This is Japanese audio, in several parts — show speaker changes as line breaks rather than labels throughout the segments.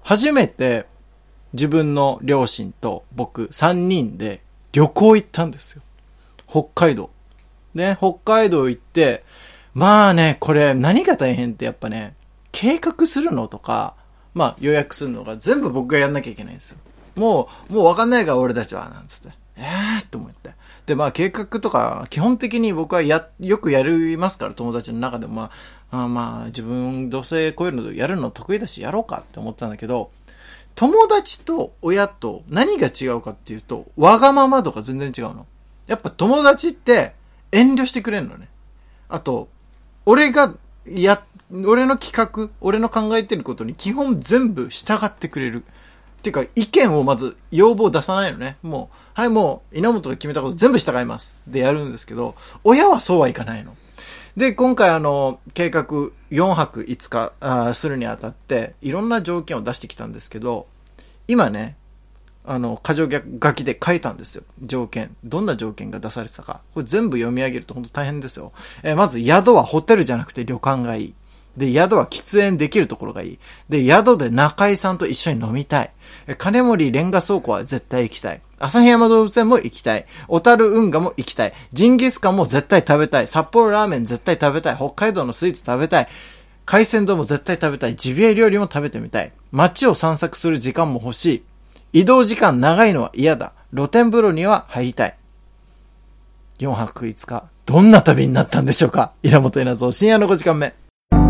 初めて自分の両親と僕3人で旅行行ったんですよ。北海道。ね、北海道行って、まあね、これ何が大変ってやっぱね、計画するのとか、まあ予約するのが全部僕がやんなきゃいけないんですよ。もうわかんないから俺たちは、なんつって。と思って。で、まあ計画とか、基本的に僕はよくやりますから、友達の中でもまあ自分どうせこういうのやるの得意だしやろうかって思ったんだけど、友達と親と何が違うかっていうと、わがままとか全然違うの。やっぱ友達って遠慮してくれるのね。あと、俺の企画、俺の考えてることに基本全部従ってくれる。っていうか、意見をまず要望出さないのね。もう稲本が決めたこと全部従います。でやるんですけど、親はそうはいかないの。で、今回計画4泊5日するにあたって、いろんな条件を出してきたんですけど、今ね、箇条書きで書いたんですよ。条件。どんな条件が出されてたか。これ全部読み上げると本当大変ですよ。まず、宿はホテルじゃなくて旅館がいい。で、宿は喫煙できるところがいい。で、宿で中井さんと一緒に飲みたい。金森レンガ倉庫は絶対行きたい。旭山動物園も行きたい。小樽運河も行きたい。ジンギスカンも絶対食べたい。札幌ラーメン絶対食べたい。北海道のスイーツ食べたい。海鮮丼も絶対食べたい。ジビエ料理も食べてみたい。街を散策する時間も欲しい。移動時間長いのは嫌だ。露天風呂には入りたい。4泊5日。どんな旅になったんでしょうか。稲本稲造深夜の5時間目。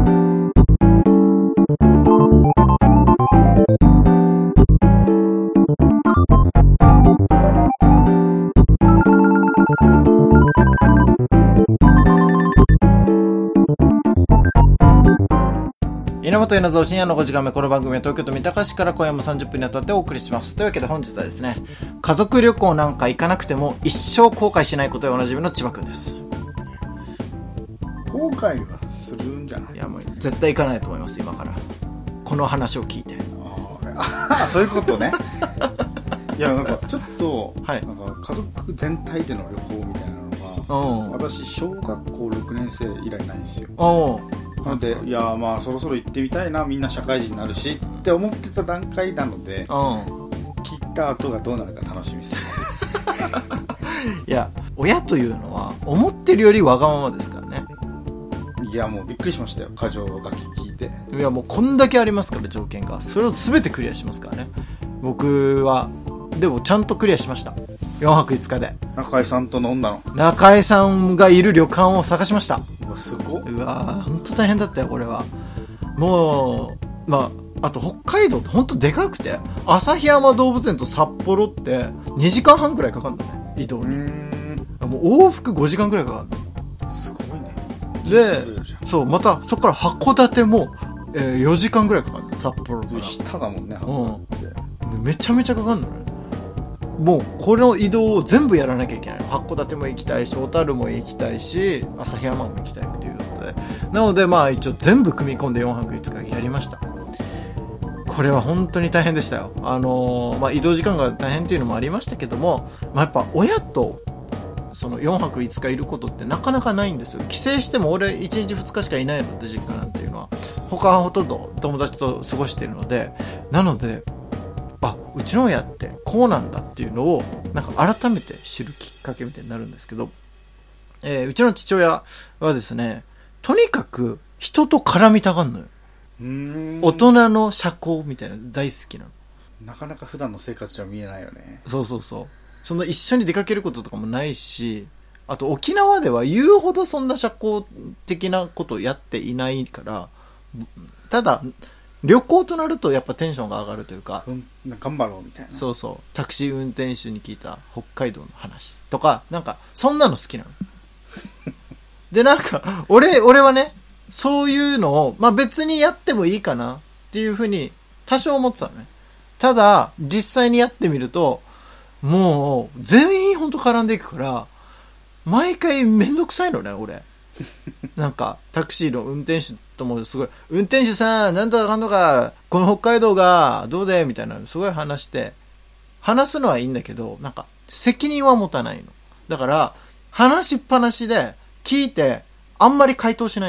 稲本稲造深夜の5時間目。この番組は東京都三鷹市から今夜も30分にあたってお送りします。というわけで本日はですね、家族旅行なんか行かなくても一生後悔しないことでおなじみの千葉くんです。
後悔はするんじゃない？
いやもう絶対行かないと思います。今からこの話を聞いて。
そういうことね。いやなんかちょっと、
はい、
なんか家族全体での旅行みたいなのが私小学校6年生以来ないんですよ。なので、いやまあそろそろ行ってみたいな、みんな社会人になるしって思ってた段階なので、切った後がどうなるか楽しみです。
いや親というのは思ってるよりわがままですからね。
いやもうびっくりしましたよ、箇条書き聞いて。
いやもうこんだけありますから条件が、それを全てクリアしますからね。僕はでもちゃんとクリアしました。4泊5日で
中井さんと飲んだの。
中井さんがいる旅館を探しました。
すごっ。
うわー、ほんと大変だったよこれは。もうあと北海道ってほんとでかくて、旭山動物園と札幌って2時間半くらいかかるのね、移動に。もう往復5時間くらいかかるの。
すごいね。
でそう、またそこから函館も、4時間くらいかかるの、札幌から。
下だもんね、函館って。
めちゃめちゃかかるのね。もうこの移動を全部やらなきゃいけない。函館も行きたいし、小樽も行きたいし、旭山も行きたいっていうことで、なのでまあ一応全部組み込んで4泊5日やりました。これは本当に大変でしたよ。移動時間が大変っていうのもありましたけども、やっぱ親とその4泊5日いることってなかなかないんですよ。帰省しても俺1日2日しかいないので、実家なんていうのは他はほとんど友達と過ごしているので、なのでうちの親ってこうなんだっていうのをなんか改めて知るきっかけみたいになるんですけど、うちの父親はですね、とにかく人と絡みたがんのよ。大人の社交みたいな大好きなの。
なかなか普段の生活じゃ見えないよね。
そう。そんな一緒に出かけることとかもないし、あと沖縄では言うほどそんな社交的なことをやっていないから、ただ旅行となるとやっぱテンションが上がるというか、
頑張ろうみたいな。
そう、タクシー運転手に聞いた北海道の話とか、なんかそんなの好きなの。でなんか俺はね、そういうのを別にやってもいいかなっていうふうに多少思ってたのね。ただ実際にやってみるともう全員ほんと絡んでいくから、毎回めんどくさいのね俺。なんかタクシーの運転手ともすごい、運転手さんなんとかかんとかこの北海道がどうでみたいなのすごい話すのはいいんだけど、なんか責任は持たないの。だから話しっぱなしで聞いてあんまり回答しないのね。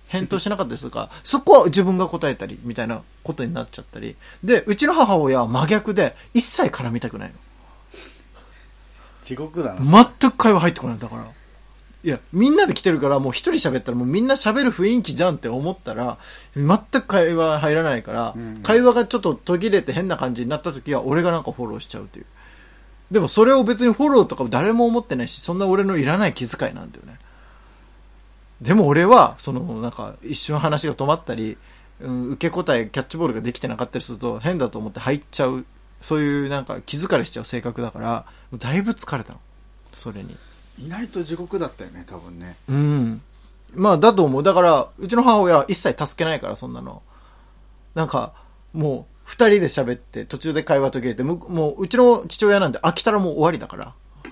返答しなかったですとか、そこは自分が答えたり、みたいなことになっちゃったり。で、うちの母親は真逆で、一切絡みたくないの。
地獄だな。
全く会話入ってこないんだから。いや、みんなで来てるから、もう一人喋ったらもうみんな喋る雰囲気じゃんって思ったら、全く会話入らないから、会話がちょっと途切れて変な感じになった時は、俺がなんかフォローしちゃうという。でもそれを別にフォローとか誰も思ってないし、そんな俺のいらない気遣いなんだよね。でも俺は、なんか一瞬話が止まったり、受け答え、キャッチボールができてなかったりすると変だと思って入っちゃう、そういうなんか気疲れしちゃう性格だから、だいぶ疲れたの。それに。
いないと地獄だったよね、多分ね。
うん。まあ、だと思う。だから、うちの母親は一切助けないから、そんなの。なんか、もう、二人で喋って、途中で会話途切れて、もう、うちの父親なんで飽きたらもう終わりだから。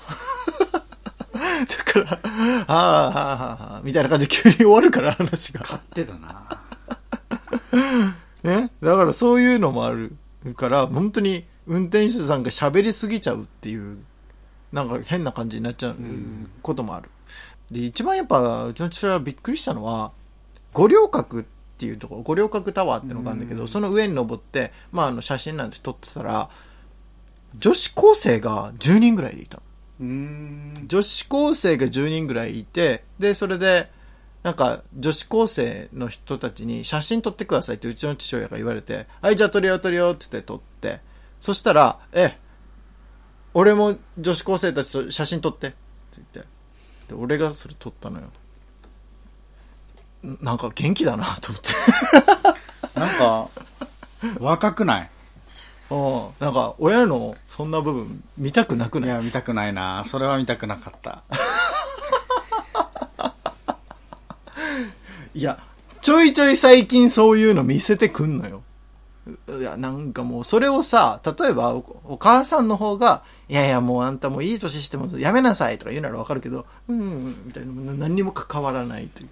だから、はぁ、みたいな感じで急に終わるから、話が。
勝手だな。
ね。だからそういうのもあるから、本当に運転手さんが喋りすぎちゃうっていう、なんか変な感じになっちゃうこともある。で、一番やっぱ、うちの父親はびっくりしたのは、五稜郭っていうところ、五稜郭タワーってのがあるんだけど、その上に登って、まあ写真なんて撮ってたら、女子高生が10人ぐらいいたの。女子高生が10人ぐらいいて、で、それで、なんか、女子高生の人たちに写真撮ってくださいってうちの父親が言われて、はい、じゃあ撮るよって言って撮って、そしたら、俺も女子高生たちと写真撮ってって言って、で俺がそれ撮ったのよ。なんか元気だなと思って
なんか若くない？
なんか親のそんな部分見たくなくない？
いや見たくないな。それは見たくなかった
いやちょいちょい最近そういうの見せてくんのよ。いやなんかもうそれをさ、例えばお母さんの方がいやいやもうあんたもういい年してもやめなさいとか言うならわかるけど、みたいな何にも関わらないという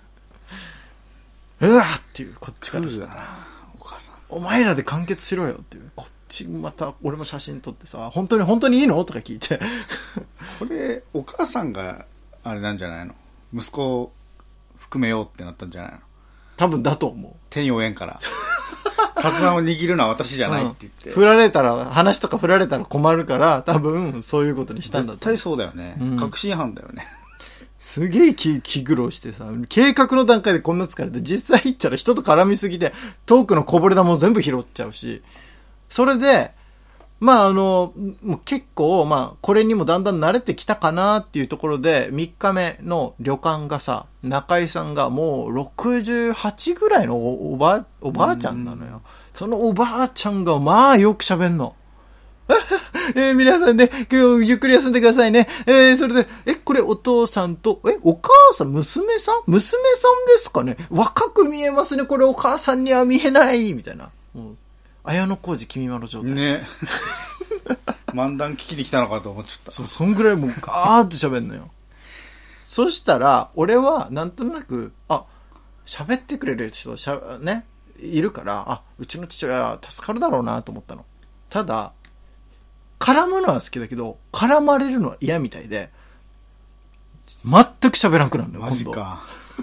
、うわーっていうこっちからしたら
お母さん
お前らで完結しろよっていう、こっちまた俺も写真撮ってさ、本当にいいのとか聞いて
これお母さんがあれなんじゃないの、息子を含めようってなったんじゃないの。
多分だと思う。
手に負えんからカツラを握るのは私じゃないって言って、
振られたら話とか振られたら困るから多分そういうことにしたんだと。
絶対そうだよね、確信犯だよね
すげえ気苦労してさ、計画の段階でこんな疲れて、実際行ったら人と絡みすぎてトークのこぼれ玉も全部拾っちゃうし、それでまあもう結構これにもだんだん慣れてきたかなっていうところで、3日目の旅館がさ、中井さんがもう68ぐらいのおばあちゃんなのよ。そのおばあちゃんがよく喋んの。皆さんね、今日ゆっくり休んでくださいね。それで、これお父さんと、お母さん、娘さんですかね。若く見えますね。これお母さんには見えない。みたいな。綾小路きみまろ状態。ね。
漫談聞きに来たのかと思っちゃった。
そんぐらいもうガーって喋んのよ。そしたら、俺はなんとなく、喋ってくれる人ね、いるから、うちの父親助かるだろうなと思ったの。ただ、絡むのは好きだけど、絡まれるのは嫌みたいで、全く喋らなくなるのよ、
マジか。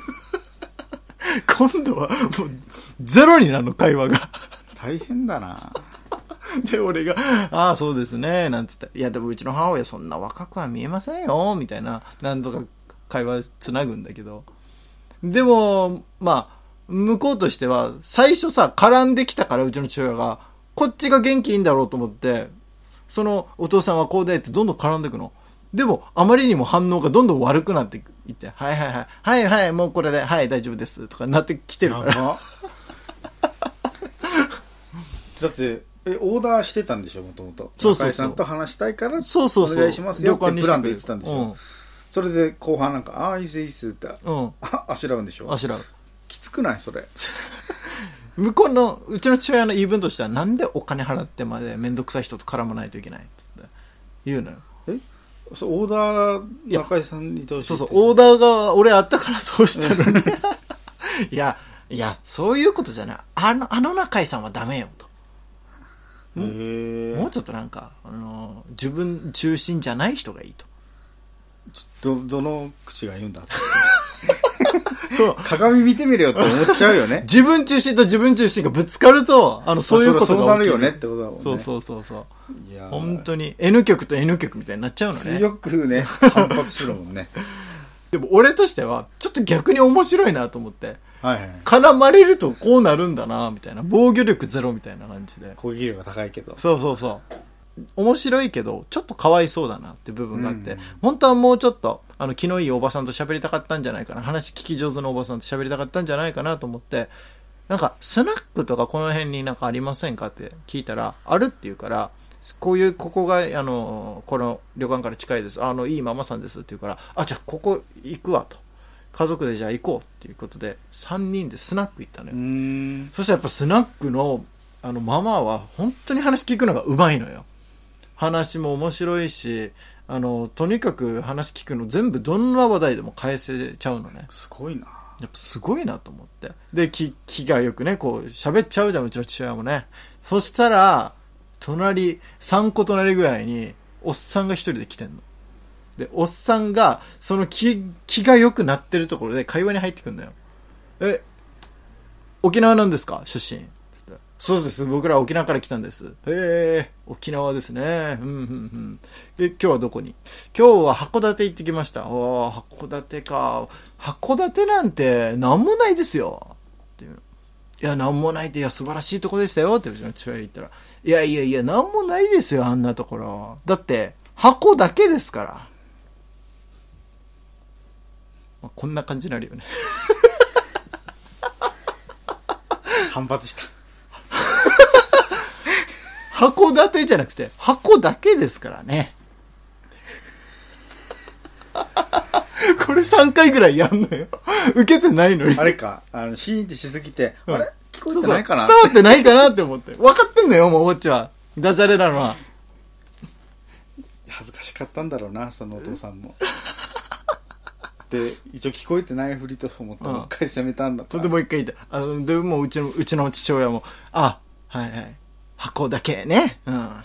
今度はもう、ゼロになるの、会話が。
大変だな。
で、俺が、そうですね、なんつって。いや、でもうちの母親そんな若くは見えませんよ、みたいな、なんとか会話つなぐんだけど。でも、向こうとしては、最初さ、絡んできたから、うちの父親が、こっちが元気いいんだろうと思って、そのお父さんはこうでってどんどん絡んでいくの。でも、あまりにも反応がどんどん悪くなっていって、はい、もうこれで、はい、大丈夫です、とかなってきてるから。
だって、オーダーしてたんでしょ、もともと。中井さんと話したいから、お願いしますよってプランで言ってたんでしょ。それで後半なんか、いいっすって、あしらうんでしょ。
あしらう。
きつくないそれ。
向こうの、うちの父親の言い分としては、なんでお金払ってまでめんどくさい人と絡まないといけないって言うのよ。
オーダー、中井さんにどうして
そう、オーダーが俺あったからそうしたのに。いや、そういうことじゃない。あの中井さんはダメよと。もうちょっとなんか、自分中心じゃない人がいいと。
どの口が言うんだって。
そう。
鏡見てみるよって思っちゃうよね。
自分中心と自分中心がぶつかると、そういうことが起きる。そう
なるよねってことだもんね。
そう。いや本当に N 極と N 極みたいになっちゃうのね。
強くね、反発するもんね。
でも俺としては、ちょっと逆に面白いなと思って。
はいはい。
絡まれるとこうなるんだな、みたいな。防御力ゼロみたいな感じで。
攻撃力が高いけど。
そう。面白いけど、ちょっとかわいそうだなって部分があって、本当はもうちょっと、気のいいおばさんと喋りたかったんじゃないかな。話聞き上手のおばさんと喋りたかったんじゃないかなと思って、なんか、スナックとかこの辺になんかありませんかって聞いたら、あるって言うから、ここが、この旅館から近いです。いいママさんですって言うから、じゃあここ行くわと。家族でじゃあ行こうっていうことで、3人でスナック行ったのよ。そしたらやっぱスナックの、ママは本当に話聞くのが上手いのよ。話も面白いし、とにかく話聞くの全部どんな話題でも返せちゃうのね。
すごいな。
やっぱすごいなと思って。で、気がよくね、こう喋っちゃうじゃん、うちの父親もね。そしたら、3個隣ぐらいに、おっさんが一人で来てんの。で、おっさんが、その気が良くなってるところで会話に入ってくんだよ。沖縄なんですか出身。そうです。僕ら沖縄から来たんです。沖縄ですね。今日はどこに？今日は函館行ってきました。函館か。函館なんてなんもないですよ。っていう。いや、なんもないって、いや、素晴らしいとこでしたよ。ってうちの父親言ったら。いや、なんもないですよ、あんなところ。だって、箱だけですから。こんな感じになるよね。
反発した。
函館じゃなくて、箱だけですからね。これ3回ぐらいやんのよ。受けてないのに。
あれか、シーンってしすぎて、あれ聞こえてないかな
伝わってないかなって思って。分かってんのよ、もうこっちは。ダジャレなのは。
恥ずかしかったんだろうな、そのお父さんも。で、一応聞こえてないふりと思って、もう一回攻めたんだから。
それでもう一回言って。で、もううちの父親も、はいはい。箱だけね。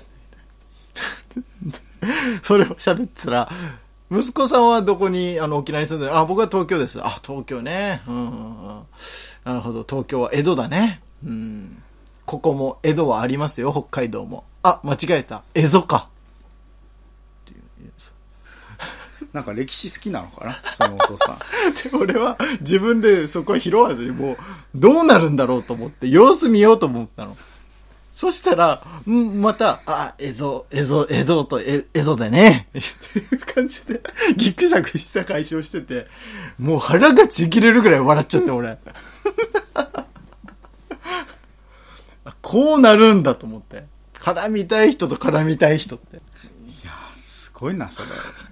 それを喋ってたら、息子さんはどこに、沖縄に住んでる？僕は東京です。東京ね。なるほど。東京は江戸だね。ここも江戸はありますよ。北海道も。間違えた。蝦夷か。
なんか歴史好きなのかなそのお父さん。
で、俺は自分でそこは拾わずにもう、どうなるんだろうと思って、様子見ようと思ったの。そしたら、また、江戸と江戸でね。っていう感じで、ギクシャクした返しをしてて、もう腹がちぎれるぐらい笑っちゃって、俺。こうなるんだと思って。絡みたい人と絡みたい人って。い
やー、すごいな、それ。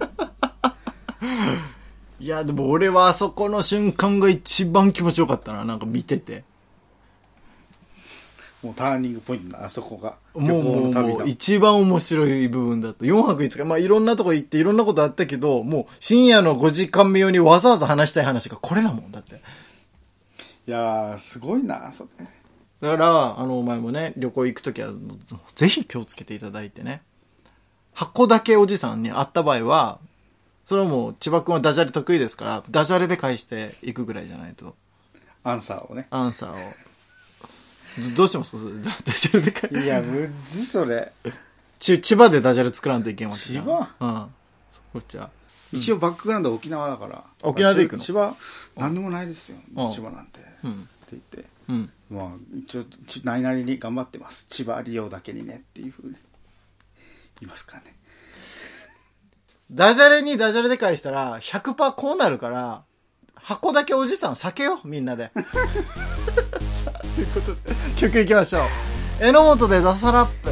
いや、でも俺はあそこの瞬間が一番気持ちよかったな、なんか見てて。
もうターニングポイントな、あそこが。
もう一番面白い部分だと。4泊5日、いろんなとこ行っていろんなことあったけど、もう深夜の5時間目用にわざわざ話したい話がこれだもん、だって。
いやー、すごいな、それ。
だから、お前もね、旅行行くときは、ぜひ気をつけていただいてね。箱だけおじさんに会った場合は、それはもう千葉くんはダジャレ得意ですから、ダジャレで返していくぐらいじゃないと。
アンサーをね。
アンサーを。どうしますかそれ。ダジャレで返して。
いや、むずそれ。
千葉でダジャレ作らんといけんわけじゃん。
千葉？
こっちは。
一応バックグラウンドは沖縄だから。
沖縄で行くの？
千葉、なんでもないですよ。千葉なんて。って言って。まあ、一応、何々に頑張ってます。千葉利用だけにねっていうふうに言いますかね。
ダジャレにダジャレで返したら 100% こうなるから、箱だけおじさん避けよう、みんなで。さあ、ということで、曲いきましょう。榎本でダサラップ。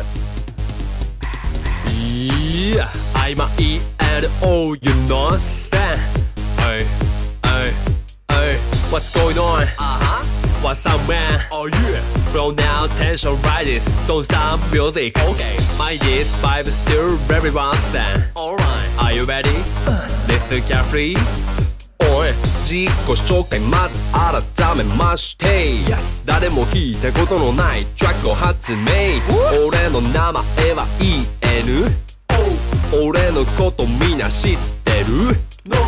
Yeah, I'm a ELO, you know, stand. Hey, hey, hey, what's going on? What's up, man? Oh yeah. From now, tension rises, don't stop music. Okay. My deep vibe still very well stand. Alright. Are you ready? Listen carefully. おい、自己紹介まず改めまして、yes. 誰も聞いたことのないトラックを発明。俺の名前は EN。俺のことみんな知ってる？ No.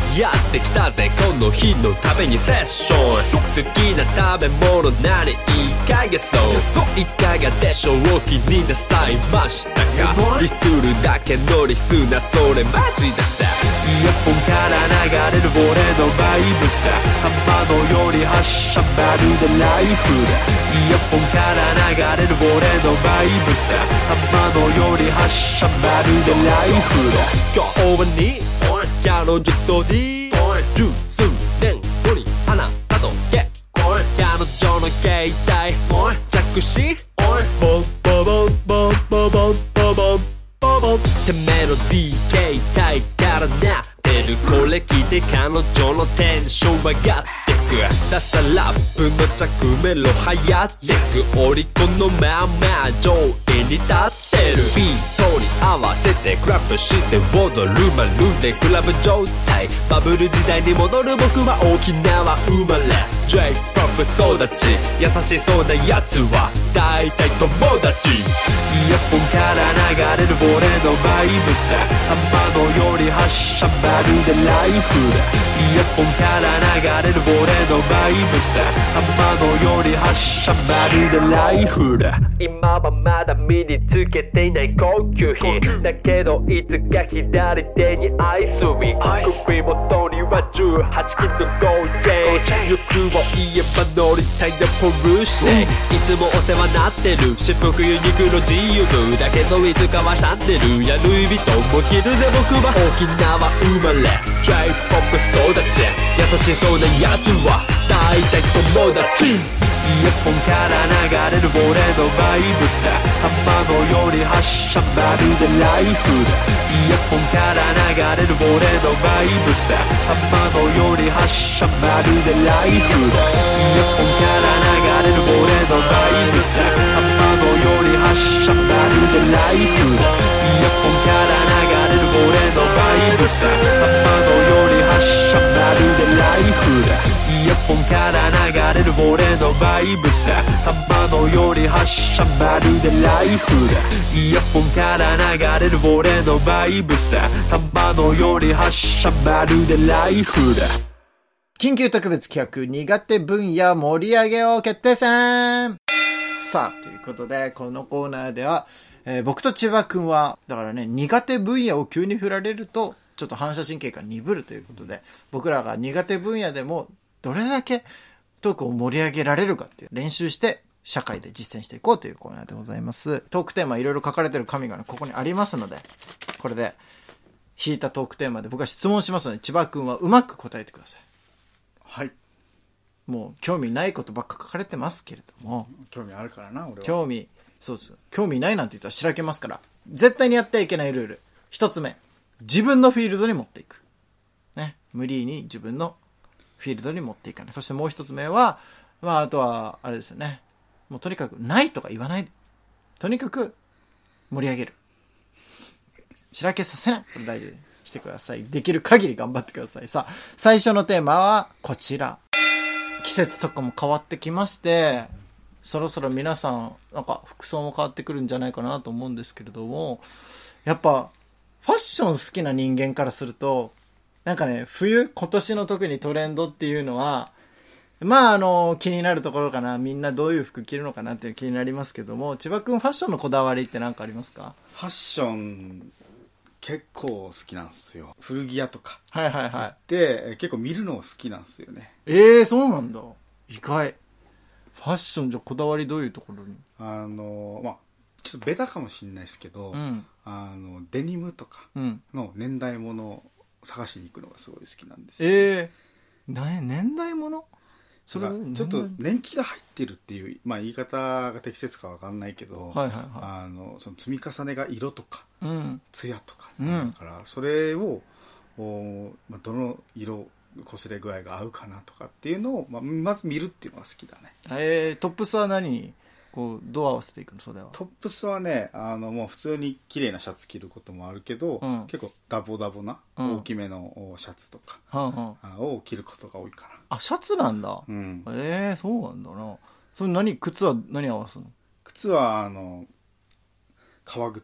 やってきたぜこの日のためにセッション。好きな食べ物何いかげそういかがでしょう気になさいましたか。リスるだけのリスなそれマジださ。イヤホンから流れる俺のバイブさ。浜のより発射まるでライフだ。イヤホンから流れる俺のバイブさ。浜のより発射まるでライフだ。今日はに彼女と D 十数年後にあなたと結婚。彼女の携帯着信ボンボボンボンボボンボボンボボンってメロディー携帯からなってる。これ聞いて彼女のテンション上がってく。ダサラップの着メロ流行ってく。オリコンのまあまあ上位に立ってる。ビートに合わせてクラップして踊るまるでクラブ状態。バブル時代に戻る僕は沖縄生まれ J-POP 育ち優しそうなやつは大体友達。イヤホンから流れる俺のバイブさ。浜のより発射まるでライフだ。イヤホンから流れる俺のバイブさ。浜のより発射まるでライフだ。今はまだ身につけていない高級品だけどいつか左手にアイスウィン首元には18金のゴールチェーン。欲を言えば乗りたいなポルシェ。いつもお世話なってる私服ユニクロ GU だけどいつかはシャンデルやルイ・ヴィトンも着るぜ僕は沖縄生まれ J-POP 育ち優しそうなやつは大体友達。イヤホンから流れる俺のバイブさ。浜のより発射まるでライフだ。イヤホンから流れる俺のバイブさ。浜のより発射まるでライフだ。イヤホンから流れる俺のバイブさ。浜のより発射まるでライフだ。イヤホンから流れる俺のバイブさ。浜のより発射まるでライフだ。イヤホンから流れる俺のバイブさ。浜のより発射まるでライフだ。イヤホンから流れる俺のバイブさ。浜のより発射まるでライフだ。
緊急特別企画苦手分野盛り上げを決定戦。さあということでこのコーナーでは、僕と千葉くんはだからね苦手分野を急に振られるとちょっと反射神経が鈍るということで僕らが苦手分野でもどれだけトークを盛り上げられるかっていう練習して社会で実践していこうというコーナーでございます。トークテーマいろいろ書かれてる紙が、ね、ここにありますのでこれで引いたトークテーマで僕は質問しますので千葉くんはうまく答えてください。
はい。
もう興味ないことばっか書かれてますけれども
興味あるからな俺は。
そうです。興味ないなんて言ったらしらけますから絶対にやってはいけないルール一つ目自分のフィールドに持っていくね無理に自分のフィールドに持っていかない。そしてもう一つ目はあとはあれですよねもうとにかくないとか言わないでとにかく盛り上げるしらけさせないこれ大事にしてください。できる限り頑張ってください。さあ最初のテーマはこちら。季節とかも変わってきましてそろそろ皆さんなんか服装も変わってくるんじゃないかなと思うんですけれどもやっぱファッション好きな人間からするとなんかね今年の特にトレンドっていうのは気になるところかな。みんなどういう服着るのかなっていう気になりますけども千葉くんファッションのこだわりって何かありますか？
ファッション結構好きなんですよ。古着屋とか
はいはいはい
で結構見るの好きなんですよね。
そうなんだ。意外。ファッションじゃこだわりどういうところに？
ちょっとベタかもしれないですけど、デニムとかの年代物を探しに行くのがすごい好きなんですよ。
年代物？
それちょっと年季が入ってるっていう、言い方が適切か分かんないけど、その積み重ねが色とか、艶とか、だからそれをどの色擦れ具合が合うかなとかっていうのを、まず見るっていうのが好きだね。
トップスは何にどう合わせていくの？それは
トップスはねもう普通に綺麗なシャツ着ることもあるけど、結構ダボダボな大きめのシャツとかを着ることが多いかな。
シャツなんだ。そうなんだな。それ靴は何合わすの？
靴は革靴。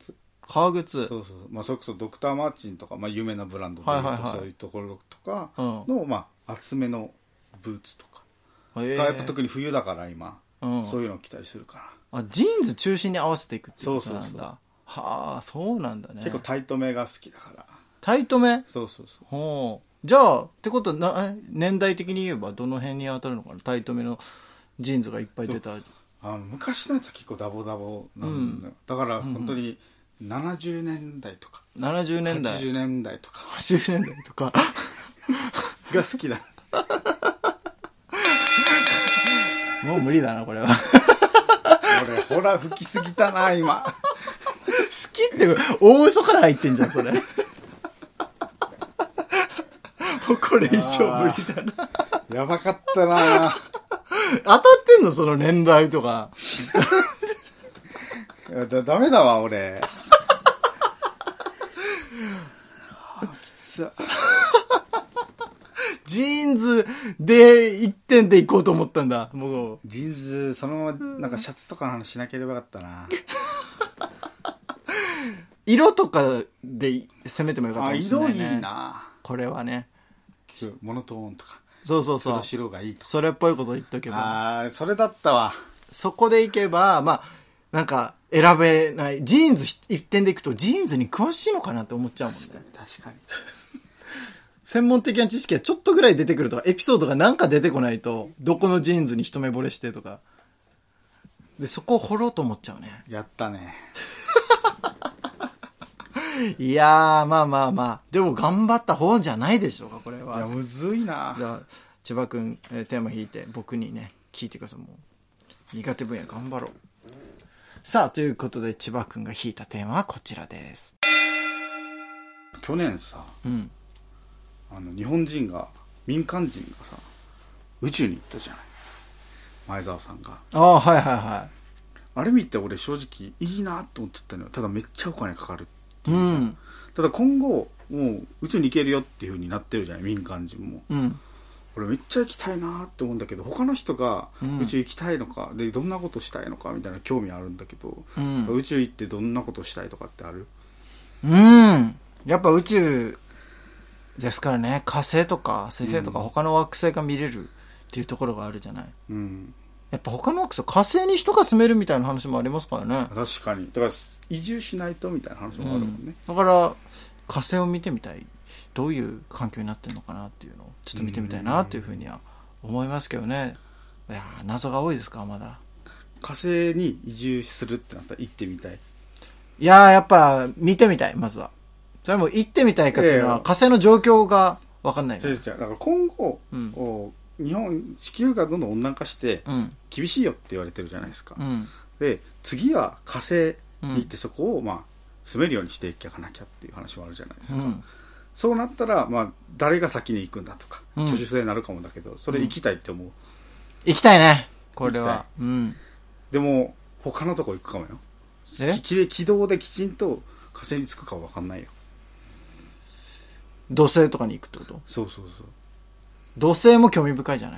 革靴。
そうそう。まあ、それこそドクターマーチンとか、まあ、有名なブランドで言うと、そういうところとかの、まあ、厚めのブーツとか。が、やっぱ特に冬だから今、そういうのを着たりするから。
ジーンズ中心に合わせていくっていうことなんだ。
そうそうそう。
はあ、そうなんだね。
結構タイトめが好きだから。
タイトめ？
そうそうそう。
ほう。じゃあ、ってことは年代的に言えばどの辺に当たるのかな？タイトめのジーンズがいっぱい出た。
昔のやつは結構ダボダボなんだよ。だから本当に70年代とか。
70年代。
80年代とか。
80年代とか。
が好きだ。
もう無理だな、これは。
俺、ほら、吹きすぎたな、今。
好きって大嘘から入ってんじゃん、それ。もうこれ以上無理だな。
やばかったな。
当たってんの、その年代とか。
ダメだわ、俺。きつ。
ジーンズで1点でいこうと思ったんだ。もう
ジーンズそのままなんかシャツとかの話しなければよかったな。
色とかで攻めてもよかったかもしれないね。
色いいな。
これはね。
モノトーンとか。
そうそうそう。
白がいいとか。
それっぽいこと言っとけば。
それだったわ。
そこでいけば、まあなんか選べない。ジーンズ一点でいくとジーンズに詳しいのかなって思っちゃうもんね。
確かに。
専門的な知識がちょっとぐらい出てくるとか、エピソードがなんか出てこないと、どこのジーンズに一目惚れしてとか。で、そこを掘ろうと思っちゃうね。
やったね。
いやー、まあまあまあ。でも頑張った方じゃないでしょうか、これは。
いや、むずいな。
じゃあ、千葉くん、テーマ引いて、僕にね、聞いてください。もう、苦手分野頑張ろう。さあ、ということで、千葉くんが引いたテーマはこちらです。
去年さ、日本人が民間人がさ宇宙に行ったじゃない、前澤さんが。
ああ、はいはいはい。
あれ見て俺正直いいなって思ってたのよ。ただめっちゃお金かかるっていうじゃん、ただ今後もう宇宙に行けるよっていう風になってるじゃない、民間人も、俺めっちゃ行きたいなって思うんだけど、他の人が宇宙行きたいのか、でどんなことしたいのかみたいな興味あるんだけど、宇宙行ってどんなことしたいとかってある？
やっぱ宇宙ですからね。火星とか水星とか他の惑星が見れるっていうところがあるじゃない、やっぱ他の惑星、火星に人が住めるみたいな話もありますからね。
確かに。だから移住しないとみたいな話もあるもんね、
だから火星を見てみたい。どういう環境になってるのかなっていうのをちょっと見てみたいなっていうふうには思いますけどね。いや謎が多いですか、まだ。
火星に移住するってなったら行ってみたい？
いややっぱ見てみたい。まずはそれも行ってみたいかっていうのは、火星の状況が分かんない、
だから今後、地球がどんどん温暖化して厳しいよって言われてるじゃないですか、で次は火星に行ってそこを住めるようにしていかなきゃっていう話もあるじゃないですか、そうなったら誰が先に行くんだとか、挙手制になるかもだけど、それ行きたいって思う？
行きたいね、これは。
でも他のとこ行くかもよ。軌道できちんと火星に着くか分かんないよ。
土星とかに行くってこと？
そうそうそう。
土星も興味深いじゃない。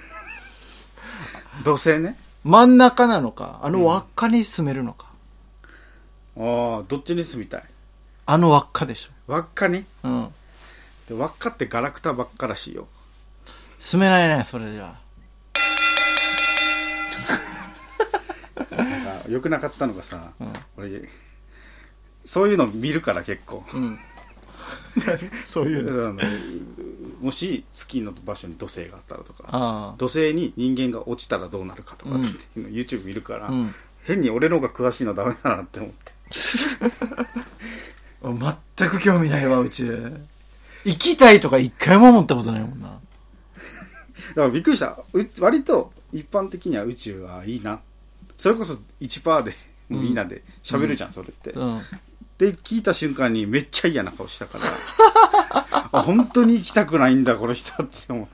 土星ね。
真ん中なのか、輪っかに住めるのか。
どっちに住みたい？
輪っかでしょ。
輪っかに？で輪っかってガラクタばっからしいよ。
住めないね、それじゃ
あ。なんか良くなかったのがさ、俺そういうの見るから結構。
そういうの
もし月の場所に土星があったらとか、土星に人間が落ちたらどうなるかとかっていうの YouTube 見るから、変に俺の方が詳しいのダメだなって思って。
全く興味ないわ、宇宙。行きたいとか一回も思ったことないもんな。だ
からびっくりした。割と一般的には宇宙はいいな。それこそ 1% でみんなで喋るじゃん、それって。で聞いた瞬間にめっちゃ嫌な顔したから本当に行きたくないんだこの人って思って。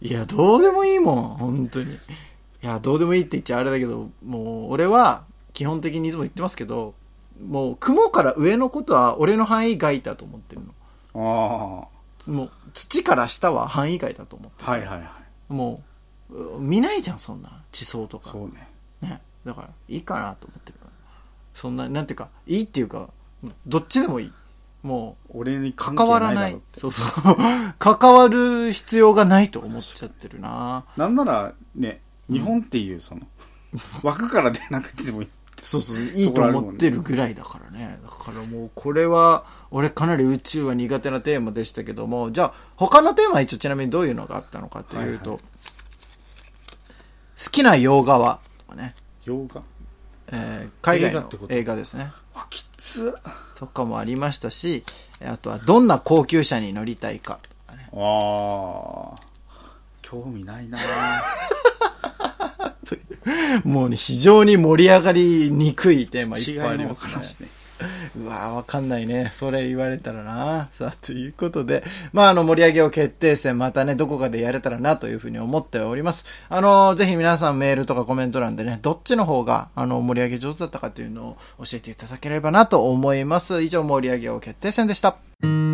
いやどうでもいいもん本当に。いやどうでもいいって言っちゃあれだけど、もう俺は基本的にいつも言ってますけど、もう雲から上のことは俺の範囲外だと思ってるの。もう土から下は範囲外だと思ってる。もう見ないじゃんそんな地層とか。
そうね。
だからいいかなと思ってる。そんななんていうかいいっていうかどっちでもいい。もう
俺に関係ないだろって。
そうそう関わる必要がないと思っちゃってるな。
なんならね、日本っていうその、枠から出なくてもいい。
そうそう、いいと思ってるぐらいだからね。だからもうこれは俺かなり宇宙は苦手なテーマでしたけども、じゃあ他のテーマは一応ちなみにどういうのがあったのかというと、はいはい、好きな洋画はとかね。
洋画？
海外の映画ですね。
あ、きつ
とかもありましたし、あとはどんな高級車に乗りたいかとかね。
ああ、興味ないな
もうね、非常に盛り上がりにくいテーマいっぱいありますね。うわー、わかんないね。それ言われたらな。さあ、ということで、まあ、盛り上げを決定戦、またね、どこかでやれたらな、というふうに思っております。ぜひ皆さんメールとかコメント欄でね、どっちの方が、盛り上げ上手だったかというのを教えていただければなと思います。以上、盛り上げを決定戦でした。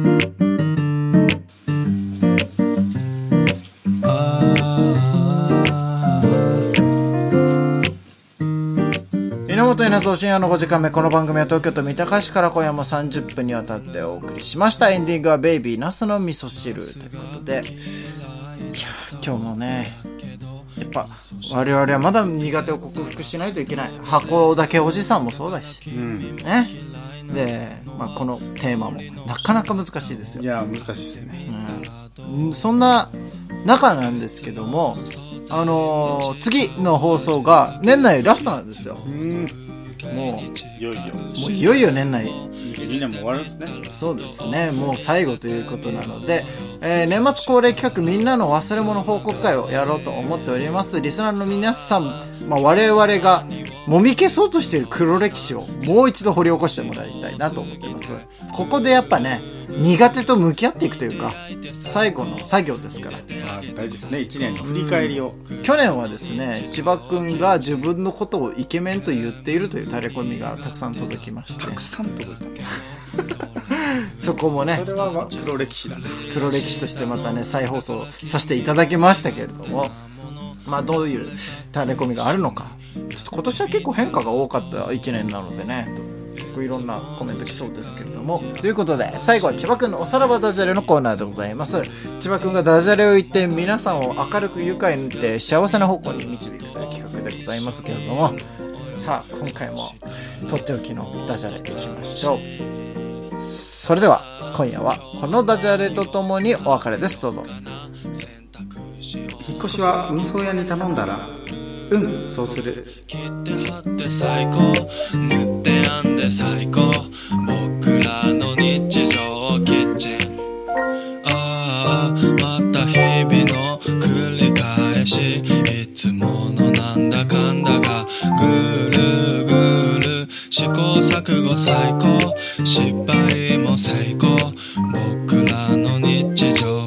稲本稲造深夜の5時間目。この番組は東京都三鷹市から今夜も30分にわたってお送りしました。エンディングはベイビーナスの味噌汁ということで、いや今日もね、やっぱ我々はまだ苦手を克服しないといけない。箱だけおじさんもそうだし、ね。で、まあ、このテーマもなかなか難しいですよ。
いや難しいですね、
そんな中なんですけども、次の放送が年内ラストなんですよ。もういよいよ年内
2年も終わるんですね。
そうですね、もう最後ということなので、年末恒例企画みんなの忘れ物報告会をやろうと思っております。リスナーの皆さん、我々がもみ消そうとしている黒歴史をもう一度掘り起こしてもらいたいなと思っています。ここでやっぱね、苦手と向き合っていくというか、最後の作業ですから。
大事ですね、1年の振り返りを。
去年はですね、千葉くんが自分のことをイケメンと言っているというタレコミがたくさん届きまして。
たくさん届いた
そこもね、
それは黒歴史だね。
黒歴史としてまたね、再放送させていただきましたけれども、まあどういうタレコミがあるのか、ちょっと今年は結構変化が多かった1年なのでね、結構いろんなコメント来そうですけれども、ということで最後は千葉くんのおさらばダジャレのコーナーでございます。千葉くんがダジャレを言って皆さんを明るく愉快にで幸せな方向に導くという企画でございますけれども、さあ今回もとっておきのダジャレいきましょう。それでは今夜はこのダジャレとともにお別れです。どうぞ。
引っ越しは運送屋に頼んだらそうする。
切って貼って最高、塗って編んで最高、僕らの日常キッチン。ああまた日々の繰り返し、いつものなんだかんだがぐるぐる、試行錯誤最高、失敗も成功、僕らの日常